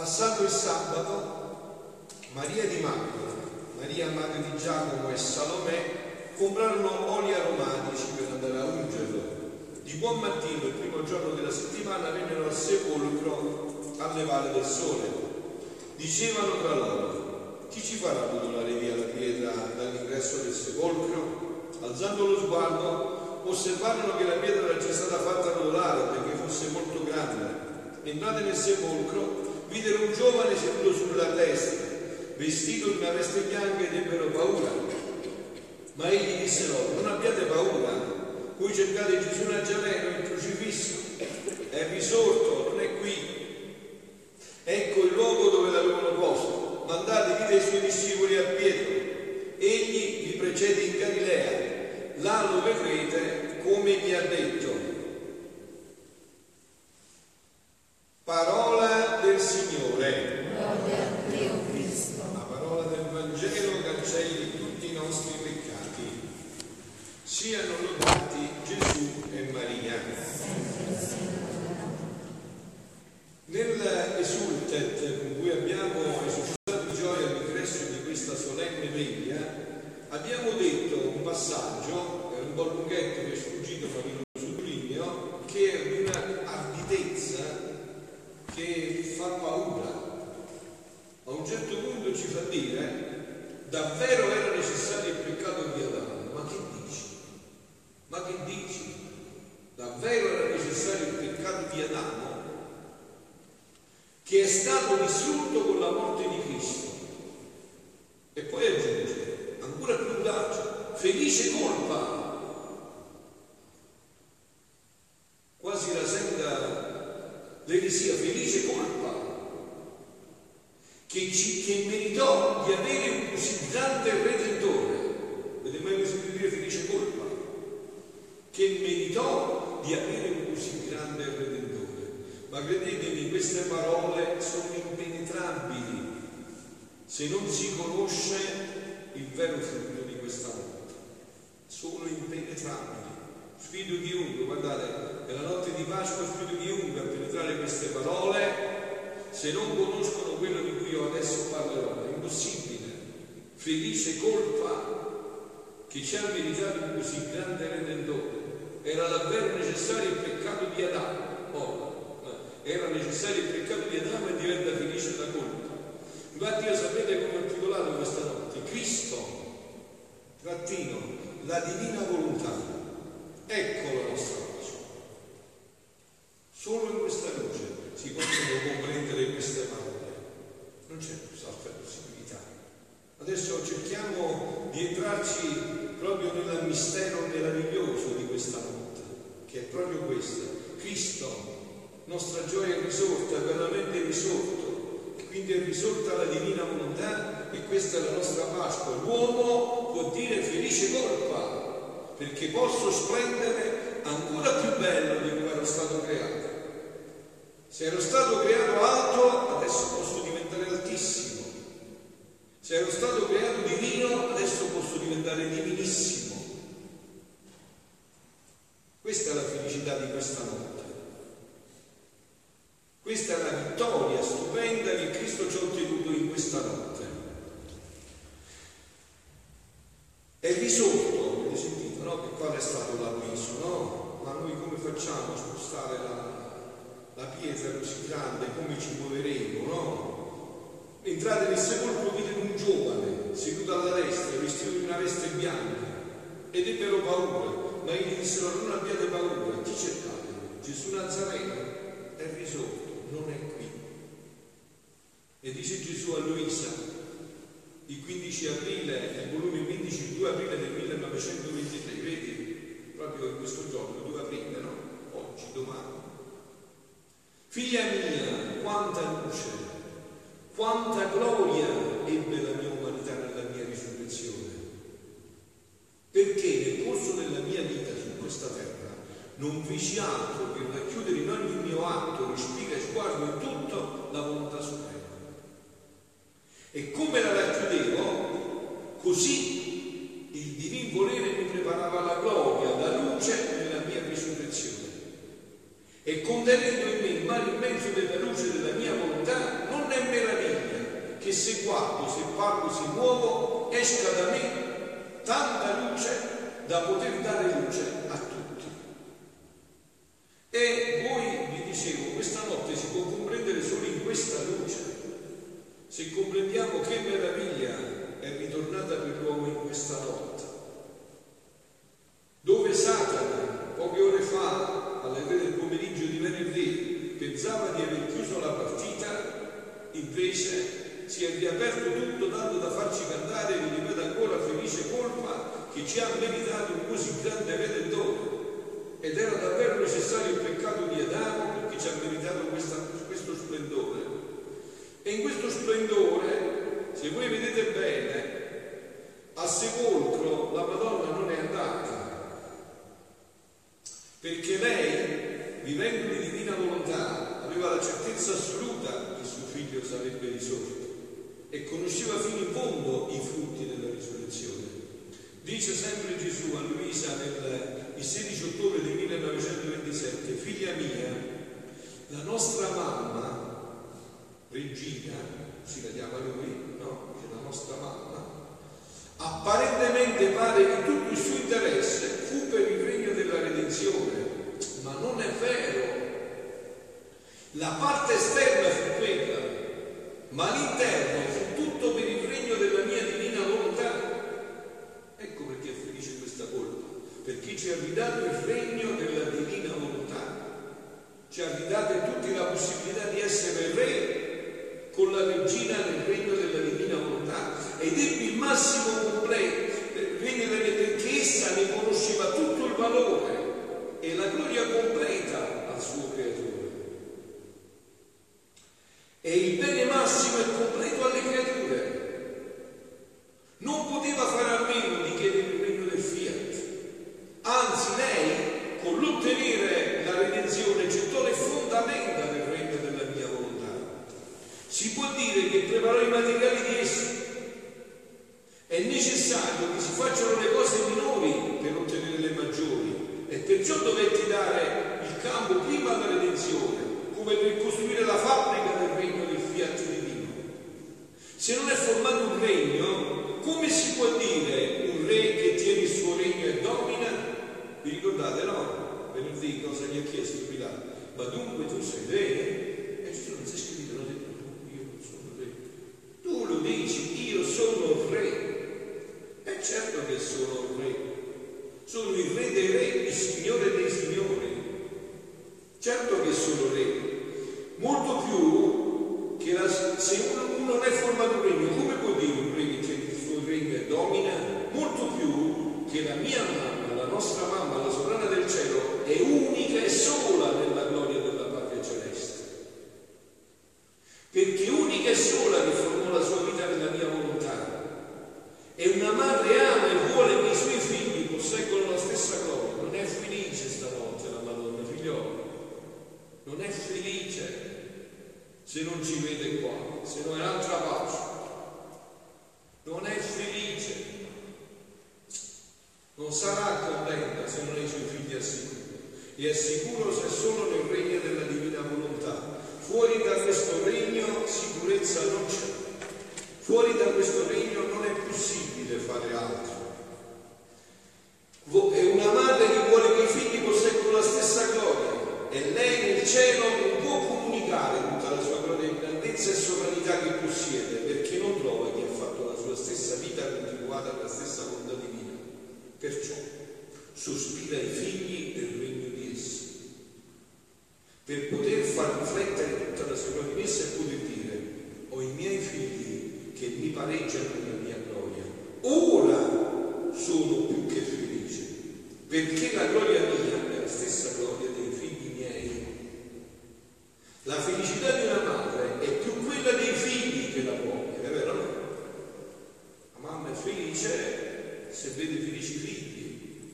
Passato il sabato, Maria di Magdala, Maria madre di Giacomo e Salomè comprarono oli aromatici per andare a ungerlo. Di buon mattino, il primo giorno della settimana, vennero al sepolcro alle valle del sole. Dicevano tra loro: chi ci farà rotolare via la pietra dall'ingresso del sepolcro? Alzando lo sguardo, osservarono che la pietra era già stata fatta rotolare perché fosse molto grande. Entrate nel sepolcro, videro un giovane seduto sulla destra, vestito di una veste bianca, ed ebbero paura. Ma egli disse loro: non abbiate paura. Voi cercate Gesù Nazareno, il crocifisso. È risorto, non è qui. Ecco il luogo dove l'avevano posto. Mandate, dite ai suoi discepoli a Pietro: egli vi precede in Galilea, là lo vedrete come vi ha detto. Parola del Signore. Gloria a Dio Cristo. La parola del Vangelo cancelli tutti i nostri peccati. Siano lodati Gesù e Maria. Nell'esultet con cui abbiamo esultato di gioia all'ingresso di questa solenne veglia, abbiamo detto un passaggio, un po' lunghetto, che è sfuggito, ma vi lo sottolineo, che è di una arditezza che fa paura. A un certo punto ci fa dire: davvero era necessario il peccato di Adamo. Ma che dici? Ma che dici? Davvero era necessario il peccato di Adamo, che è stato distrutto con la morte di Cristo? E poi aggiunge, ancora più audace: felice colpa. Quasi rasenta l'eresia, felice colpa, che meritò di avere un così grande Redentore. Avete mai sentito dire felice colpa? Che meritò di avere un così grande Redentore. Ma credetemi, queste parole sono impenetrabili se non si conosce il vero frutto di questa notte. Sono impenetrabili. Sfido chiunque, guardate, nella notte di Pasqua sfido chiunque a penetrare queste parole se non conoscono quello di cui io adesso parlerò. È impossibile. Felice colpa, che ci ha meritato un così grande Redentore. Era davvero necessario il peccato di Adamo. Era necessario il peccato di Adamo e diventa felice la colpa. Infatti io sapete come ho titolato questa notte? Cristo, trattino, la divina volontà. Ecco la nostra pace. Solo in questa luce si possono comprendere queste parole. Non c'è altra possibilità. Adesso cerchiamo di entrarci proprio nel mistero meraviglioso di questa notte, che è proprio questo: Cristo, nostra gioia è risorta, è veramente risorto, e quindi è risorta la divina volontà, e questa è la nostra Pasqua. L'uomo può dire felice colpa, perché posso splendere ancora più bello di come ero stato creato. Se ero stato creato alto, adesso posso diventare altissimo. Se ero stato creato divino, adesso posso diventare divinissimo. Questa è la felicità di questa notte. Questa è la vittoria stupenda che Cristo ci ha ottenuto in questa notte. È risorto, avete sentito, no? Che qual è stato l'avviso, no? Ma noi come facciamo a spostare la pietra così grande? Come ci muoveremo, no? Entrate nel sepolcro, videro un giovane seduto alla destra, vestito di una veste bianca, ed ebbero paura. Ma egli dissero: non abbiate paura. Chi cercate? Gesù Nazareno? È risorto, non è qui. E dice Gesù a Luisa, il 15 aprile, il volume 15, il 2 aprile del 1923, vedi? Proprio in questo giorno, 2 aprile, no? Oggi, domani. Figlia mia, quanta luce, quanta gloria ebbe la mia umanità nella mia risurrezione. Perché nel corso della mia vita su questa terra non feci altro che racchiudere in ogni mio atto, respiro e sguardo in tutto la volontà suprema. E come la racchiudevo, così il divin volere mi preparava la gloria, la luce nella mia risurrezione. E contenendo in me mare immenso della luce della mia volontà, non è meraviglia che se guardo, se parlo, se muovo, esca da me tanta luce da poter dare luce a tutti. E voi, vi dicevo, questa notte si può comprendere solo in questa luce. Se comprendiamo che meraviglia è ritornata per l'uomo in questa notte, dove Satana, poche ore fa, alle 3 del pomeriggio di venerdì, pensava di aver chiuso la partita, invece si è riaperto tutto, tanto da farci cantare, vi ripeto ancora, felice colpa, che ci ha meritato un così grande Redentore. Ed era davvero necessario il peccato di Adamo, perché ci ha meritato questo splendore. E in questo splendore, se voi vedete bene, al sepolcro la Madonna non è andata, perché lei, vivendo di divina volontà, aveva la certezza assoluta che suo figlio sarebbe risorto e conosceva fino in fondo i frutti della risurrezione. Dice sempre Gesù a Luisa il 16 ottobre del 1927: figlia mia, la nostra mamma Regina, si la chiama lui, no? È la nostra mamma, apparentemente pare che tutto il suo interesse fu per il regno della redenzione, ma non è vero. La parte esterna fu quella, ma l'interno fu tutto per il regno della mia divina volontà. Ecco perché è felice questa colpa, perché ci ha ridato il regno della divina volontà, ci ha ridato tutti la possibilità di essere re con la regina nel regno della divina volontà, ed ebbe il massimo completo perché essa ne conosceva tutto il valore e la gloria completa al suo creatore, e il bene massimo e completo alle creature. Non poteva fare a meno di chiedere il regno del fiat, anzi lei, con l'ottenere la redenzione, gettò le fondamenta del regno della mia volontà. Si può dire che preparò i materiali di esso. È necessario che si facciano le cose minori per ottenere le maggiori, e perciò dovetti dare il campo prima alla redenzione, come per costruire la fabbrica del regno del fiat divino. Se non è formato un regno, come si può dire un re che tiene il suo regno e domina? Vi ricordate, no? Venerdì cosa gli ha chiesto Pilato? Ma dunque tu sei re? E Gesù non si è scritto, non ha detto io non sono re. Tu lo dici, io sono re. E certo che sono il re. Sono il re dei re, il signore dei signori. Certo che sono re. Molto più che se uno non è formato un regno, come può dire un re che tiene il suo regno e domina? Molto più che la mia mamma, la nostra mamma, la sovrana del cielo, è unica e sola nella gloria della patria celeste. Perché unica e sola che formò la sua vita nella mia volontà. E una madre ama e vuole che i suoi figli posseggono la stessa gloria. Non è felice stanotte la Madonna, figliolo. Non è felice se non ci vede qua, se non è un'altra pace. Non è felice. Non sarà contenta se non ha i suoi figli al sicuro. E è sicuro se sono nel regno della divina volontà. Fuori da questo regno sicurezza non c'è. Fuori da questo regno non è possibile fare altro. È una madre che vuole che i figli posseggono la stessa gloria, e lei nel cielo non può comunicare tutta la sua gloria e grandezza e sovranità che possiede, perché non trova chi ha fatto la sua stessa vita continuata alla stessa volontà divina. Perciò sospira i figli del regno di essi, per poter far riflettere tutta la sua gloria in essa e poter dire: ho i miei figli che mi pareggiano nella mia gloria, ora sono più che felice, perché la gloria mia è la stessa gloria dei figli miei. La felicità di una madre è più quella dei figli che la propria, è vero? La mamma è felice se vede felici figli,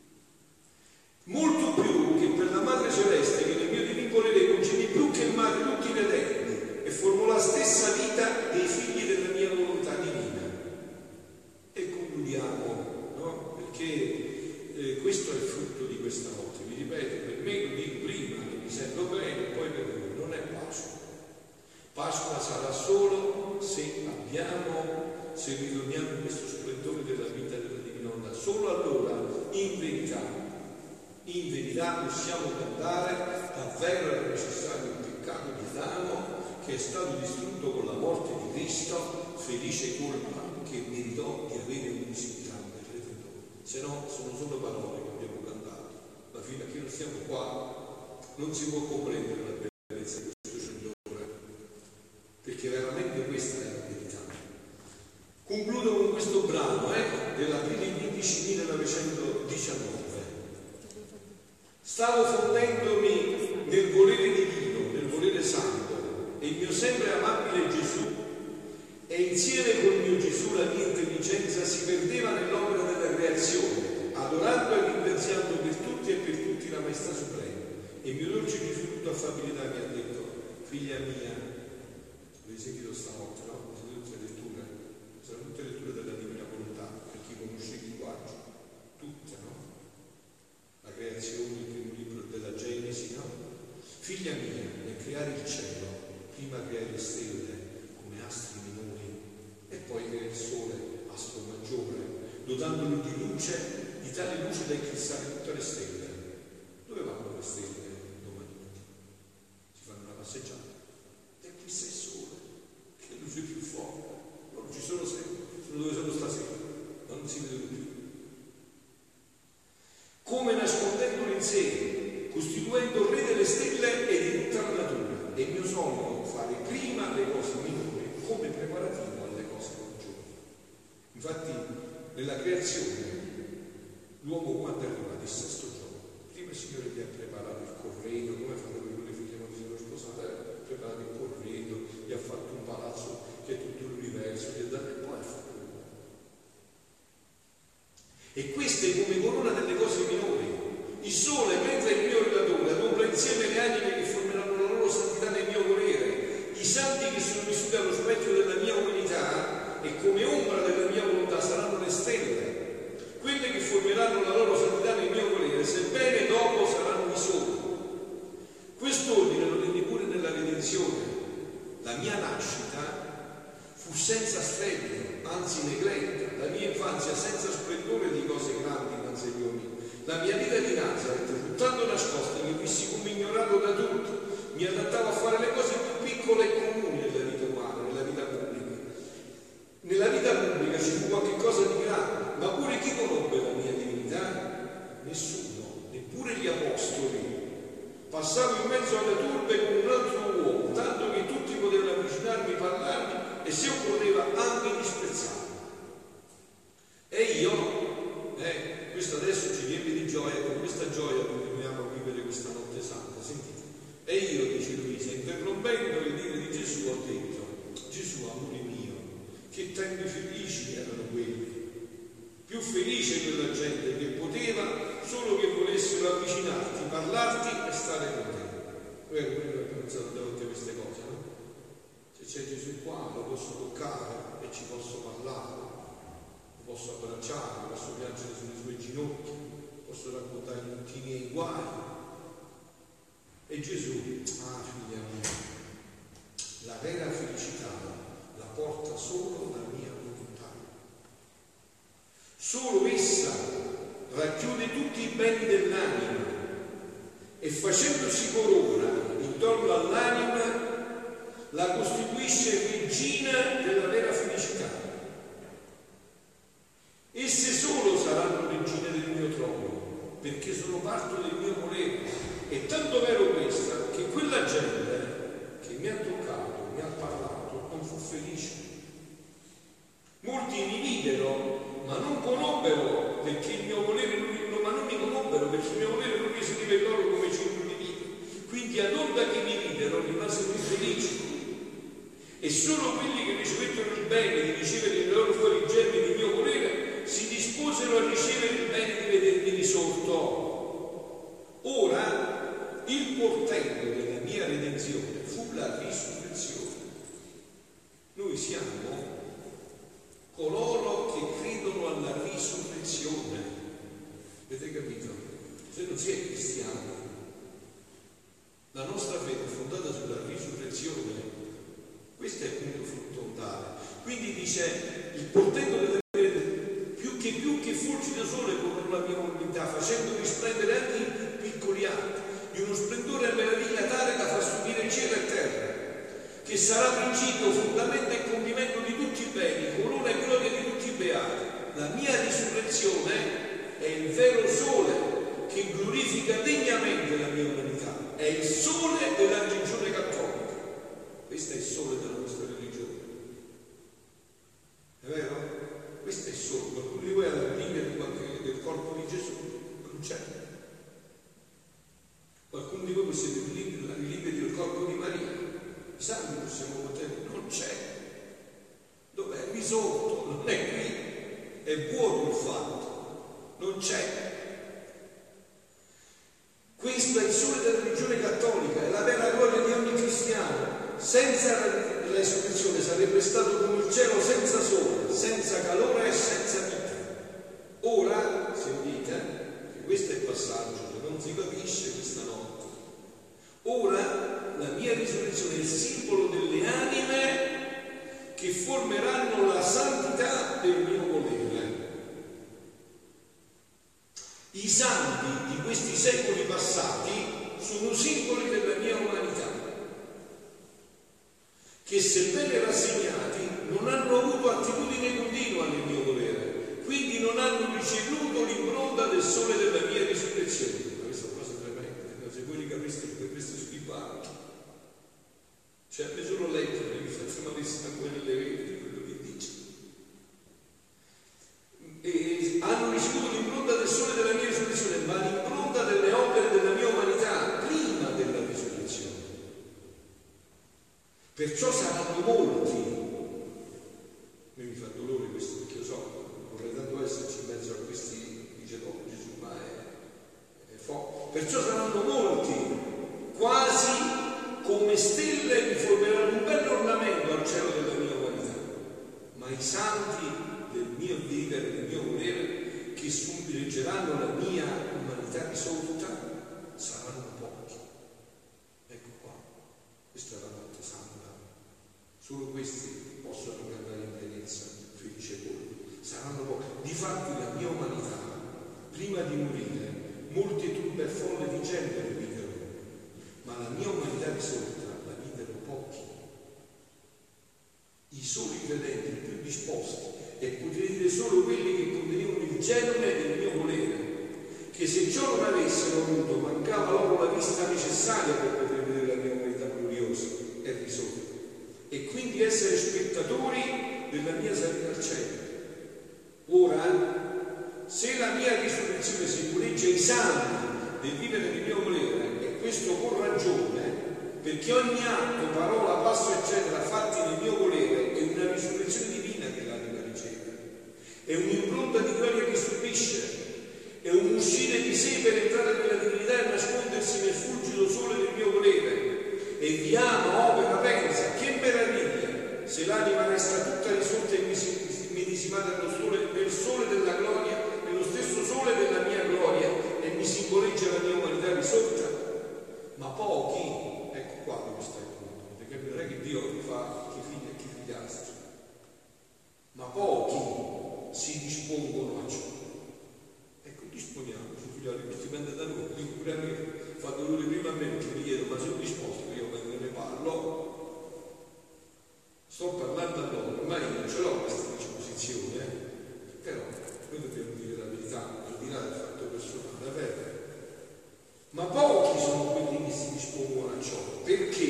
molto più che per la Madre Celeste, che nel mio divino volere concede più che madre tutti i redenti e formò la stessa vita dei figli della mia volontà divina. E concludiamo, no? Perché questo è il frutto di questa notte. Vi ripeto, per me sarà solo se ritorniamo in questo splendore della vita della divina volontà. Solo allora, in verità possiamo cantare: davvero era necessario il peccato di Adamo, che è stato distrutto con la morte di Cristo, felice colpa che meritò di avere un visitante redentore. Se no sono solo parole che abbiamo cantato, ma fino a che non siamo qua non si può comprendere la bellezza di questo Signore, perché veramente questa è la verità. Concludo con questo brano dell'aprile 15 1919. Stavo fondendomi nel volere divino, nel volere santo, e il mio sempre amabile Gesù, e insieme col mio Gesù la mia intelligenza si perdeva nell'opera della creazione, adorando e ringraziando per tutti e per tutti la Maestà Suprema. E il mio dolce Gesù, tutta affabilità, mi ha detto: figlia mia, l'hai sentito stanotte, no? Sono tutte letture della Divina Volontà, per chi conosce il linguaggio, tutte, no? La creazione, il primo libro della Genesi, no? Figlia mia, nel creare il cielo, prima creare le stelle come astri minori e poi creare il sole, astro maggiore, dotandolo di luce, di tale luce da eclissare tutte le stelle. Dove vanno le stelle domani mattina? Si fanno una passeggiata, eclissa il sole, che è luce più forte. Non ci sono sempre, sono dove sono stasera, ma non si vedono più. Come nascondendolo in sé, costituendo il re delle stelle e di tutta la natura. E il mio sogno è fare prima le cose minori come preparativo alle cose maggiori. Infatti nella creazione l'uomo, quando è arrivato il sesto giorno, prima il Signore gli ha preparato il corredo, come fanno le figlie quando si sono sposate, ha preparato il corredo, gli ha fatto un palazzo che è tutto l'universo, gli ha dato, e poi ha fatto l'uomo. E queste come corona delle cose minori. Il sole, mentre il mio relatore, adombra insieme le anime che formeranno la loro santità nel mio volere, i santi che sono vissuti allo specchio della mia umanità e come ombra della mia volontà saranno le stelle, quelle che formeranno la loro santità nel mio volere, sebbene dopo saranno i soli. Quest'ordine lo vedi pure nella redenzione. La mia nascita fu senza strepito, anzi negletta, la mia infanzia senza splendore di cose grandi innanzi agli uomini. La mia vita di Nazareth fu tanto nascosta che vissi come ignorato da tutti, mi adattavo a fare le cose più piccole e comuni nella vita umana, nella vita pubblica. Nella vita pubblica ci fu qualche cosa di grande, ma pure chi conobbe la mia divinità? Nessuno, neppure gli apostoli. Passavo in mezzo alle turbe come un altro uomo, tanto che tutti potevano avvicinarmi, parlarmi e se occorreva anche disprezzarmi. E io, questo adesso ci riempie di gioia, con questa gioia continuiamo a vivere questa notte santa, sentite. E io, dice Luisa, interrompendo il dire di Gesù, ho detto: Gesù, amore mio, che tempi felici erano quelli, più felice quella gente che poteva solo che volessero avvicinarti, parlarti e stare con te. Noi abbiamo pensato davanti a queste cose, no? Se c'è Gesù qua lo posso toccare e ci posso parlare, lo posso abbracciare, posso piangere sulle sue ginocchia, posso raccontargli tutti i miei guai. E Gesù, figlia mia, la vera felicità la porta solo la mia volontà. Solo essa racchiude tutti i beni dell'anima e facendosi corona intorno all'anima la costituisce regina della vera felicità. Esse solo saranno regine del mio trono, perché sono parte del mio volere. È tanto vero questa che quella gente che mi ha toccato, mi ha parlato, non fu felice. Molti mi videro, ma non conobbero perché il mio volere ma non mi conobbero perché il mio volere non rese di loro come cibo di vita. Quindi ad onda che mi videro rimasero infelici. E solo quelli che ricevettero il bene di ricevere il loro fuorigermi del mio volere si disposero a ricevere il bene di vedermi risorto. Ora, il portento della mia redenzione fu la risurrezione. Noi siamo coloro che credono alla risurrezione. Avete capito? Se non si è cristiani, la nostra fede è fondata sulla risurrezione. Questo è il punto fondamentale. Quindi dice, il portento deve avere più che fulgido sole con la mia umanità, facendo risplendere anche i più piccoli atti, di uno splendore a meraviglia tale da far stupire cielo e terra, che sarà principio, fondamento e compimento di tutti i beni, corona e gloria di tutti i beati. La mia risurrezione è il vero sole che glorifica degnamente la mia umanità, è il sole della religione cattolica. Questo è il sole della nostra religione, è vero? Questo è il sole. Qualcuno di voi ha la reliquia del corpo di Gesù? Non c'è. Qualcuno di voi possiede la reliquia del corpo di Maria? I santi possiamo poter? Non c'è. Dov'è? Qui sotto, non è qui, è vuoto il fatto, non c'è. Questo è il sole della religione cattolica, è la vera gloria di ogni cristiano. Senza la resurrezione sarebbe stato come il cielo senza sole, senza calore e senza vita. Ora, sentite, che questo è il passaggio che non si capisce questa notte. Ora la mia risurrezione è il simbolo delle anime che formeranno la santità del mio volere. I santi di questi secoli passati sono simboli della mia umanità, che sebbene rassegnati non hanno avuto attitudine continua nel mio volere, quindi non hanno ricevuto l'impronta del sole della mia risurrezione. Ma questa è una cosa tremenda, se voi li capiste perché questo scrivano. Cioè, io solo letto, mi faccio malissimo a quelle vere di quello che dice. E hanno ricevuto l'impronta del sole della mia risurrezione, ma l'impronta delle opere della mia umanità prima della risurrezione. Perciò saranno molti. Mi fa dolore questo perché io so, vorrei tanto esserci in mezzo a questi, dice dopo Gesù, ma è forte. Perciò saranno molti, quasi come stelle che formeranno un bel ornamento al cielo della mia umanità. Ma i santi del mio vivere, del mio volere, che spumeggeranno la mia umanità risolta, saranno pochi. Ecco qua, questa è la notte santa. Solo questi possono cantare in pienezza, felice voi. Saranno pochi. Difatti la mia umanità, prima di morire, molte turbe e folle di gente la videro, ma la mia umanità risolta la videro pochi. I soli credenti, i più disposti, e potrei dire solo quelli che contenevano il genere del mio volere, che se ciò non avessero avuto mancava loro la vista necessaria per poter vedere la mia umanità gloriosa e risolta, e quindi essere spettatori della mia salita al cielo. Ora, se la mia risurrezione simboleggia i santi del vivere del mio volere, e questo con ragione, perché ogni atto, parola, passo eccetera fatti nel mio volere è una risurrezione divina che l'anima riceve, è un'impronta di gloria che stupisce, è un uscire di sé per entrare nella divinità e nascondersi nel fulgido sole del mio volere. E vi ama, opera, pensa, che meraviglia se l'anima resta tutta risolta e medesimata nel sole della gloria, nello stesso sole della mia gloria, e mi simboleggia la mia umanità risolta. Ma pochi, ecco qua dove sta il punto, perché non è che Dio fa chi figli e chi figliastri, ma pochi si dispongono a ciò. Ecco, disponiamoci, figlioli, dipende da noi. Dico pure a me, fa dolore prima a me perché mi chiedo, ma sono disposto che io ne parlo? Sto parlando a loro, ormai non ce l'ho questa disposizione, però noi dobbiamo dire la verità, al di là del fatto personale, è vero? Ma pochi sono quelli che si dispongono a ciò, perché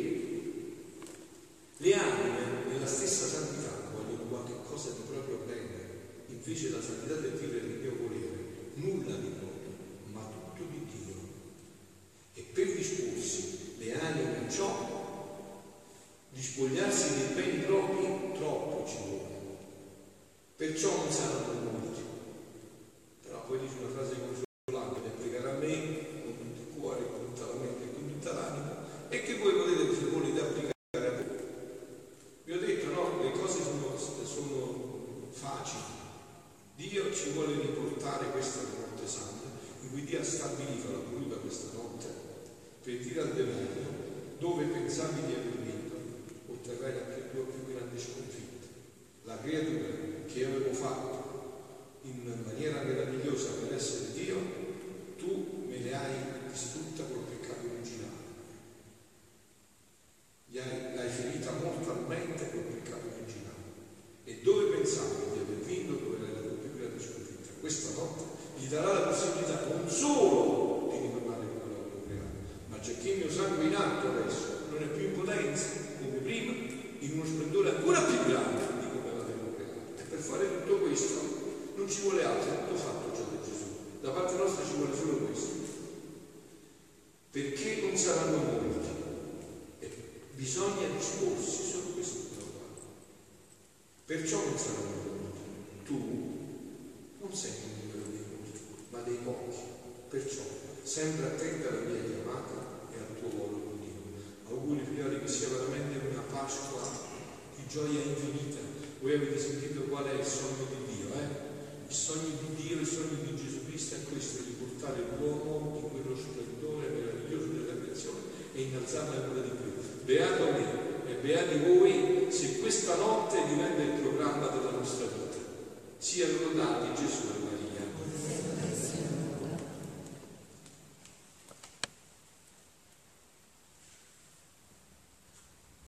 le anime nella stessa santità vogliono qualche cosa di proprio bene, invece la santità del vivere del mio volere, nulla di proprio, ma tutto di Dio. E per disporsi le anime a ciò, di spogliarsi dei beni propri, troppo ci vuole. Perciò non saranno molti. Però poi dice una frase consolante, da applicare a me con tutto il cuore, con tutta la mente e con tutta l'anima, e che voi potete, se volete, applicare a voi. Vi ho detto, no, le cose sono facili. Dio ci vuole riportare questa notte santa, in cui Dio ha stabilito, l'ha voluta questa notte, per dire al demonio, dove pensavi di aver vinto, otterrai la creatura che io avevo fatto in maniera meravigliosa per essere Dio, tu me le hai distrutta col peccato originale. L'hai ferita mortalmente col peccato originale. E dove pensavi di aver vinto, dove l'hai dato più grande sconfitta? Questa notte gli darà la possibilità non solo di ritornare come l'avevo creato, ma già che il mio sangue in atto adesso non è più in potenza come prima, in uno splendore ancora più grande di come l'avevo creato. E per fare tutto questo non ci vuole altro, è tutto fatto già da Gesù. Da parte nostra ci vuole solo questo. Perché non saranno molti. E bisogna disporsi, solo questo che devo fare. Perciò non saranno molti. Tu non sei un numero dei molti, ma dei pochi. Perciò sempre attenta alla mia chiamata e al tuo volo con Dio. Auguri figlioli, che sia veramente una Pasqua di gioia infinita. Voi avete sentito qual è il sogno di Dio, Il sogno di Dio, il sogno di Gesù Cristo è questo, di portare l'uomo in quello splendore meraviglioso della creazione e innalzarla ancora di più. Beato me e beati voi se questa notte diventa il programma della nostra vita. Siano lodati Gesù e Maria.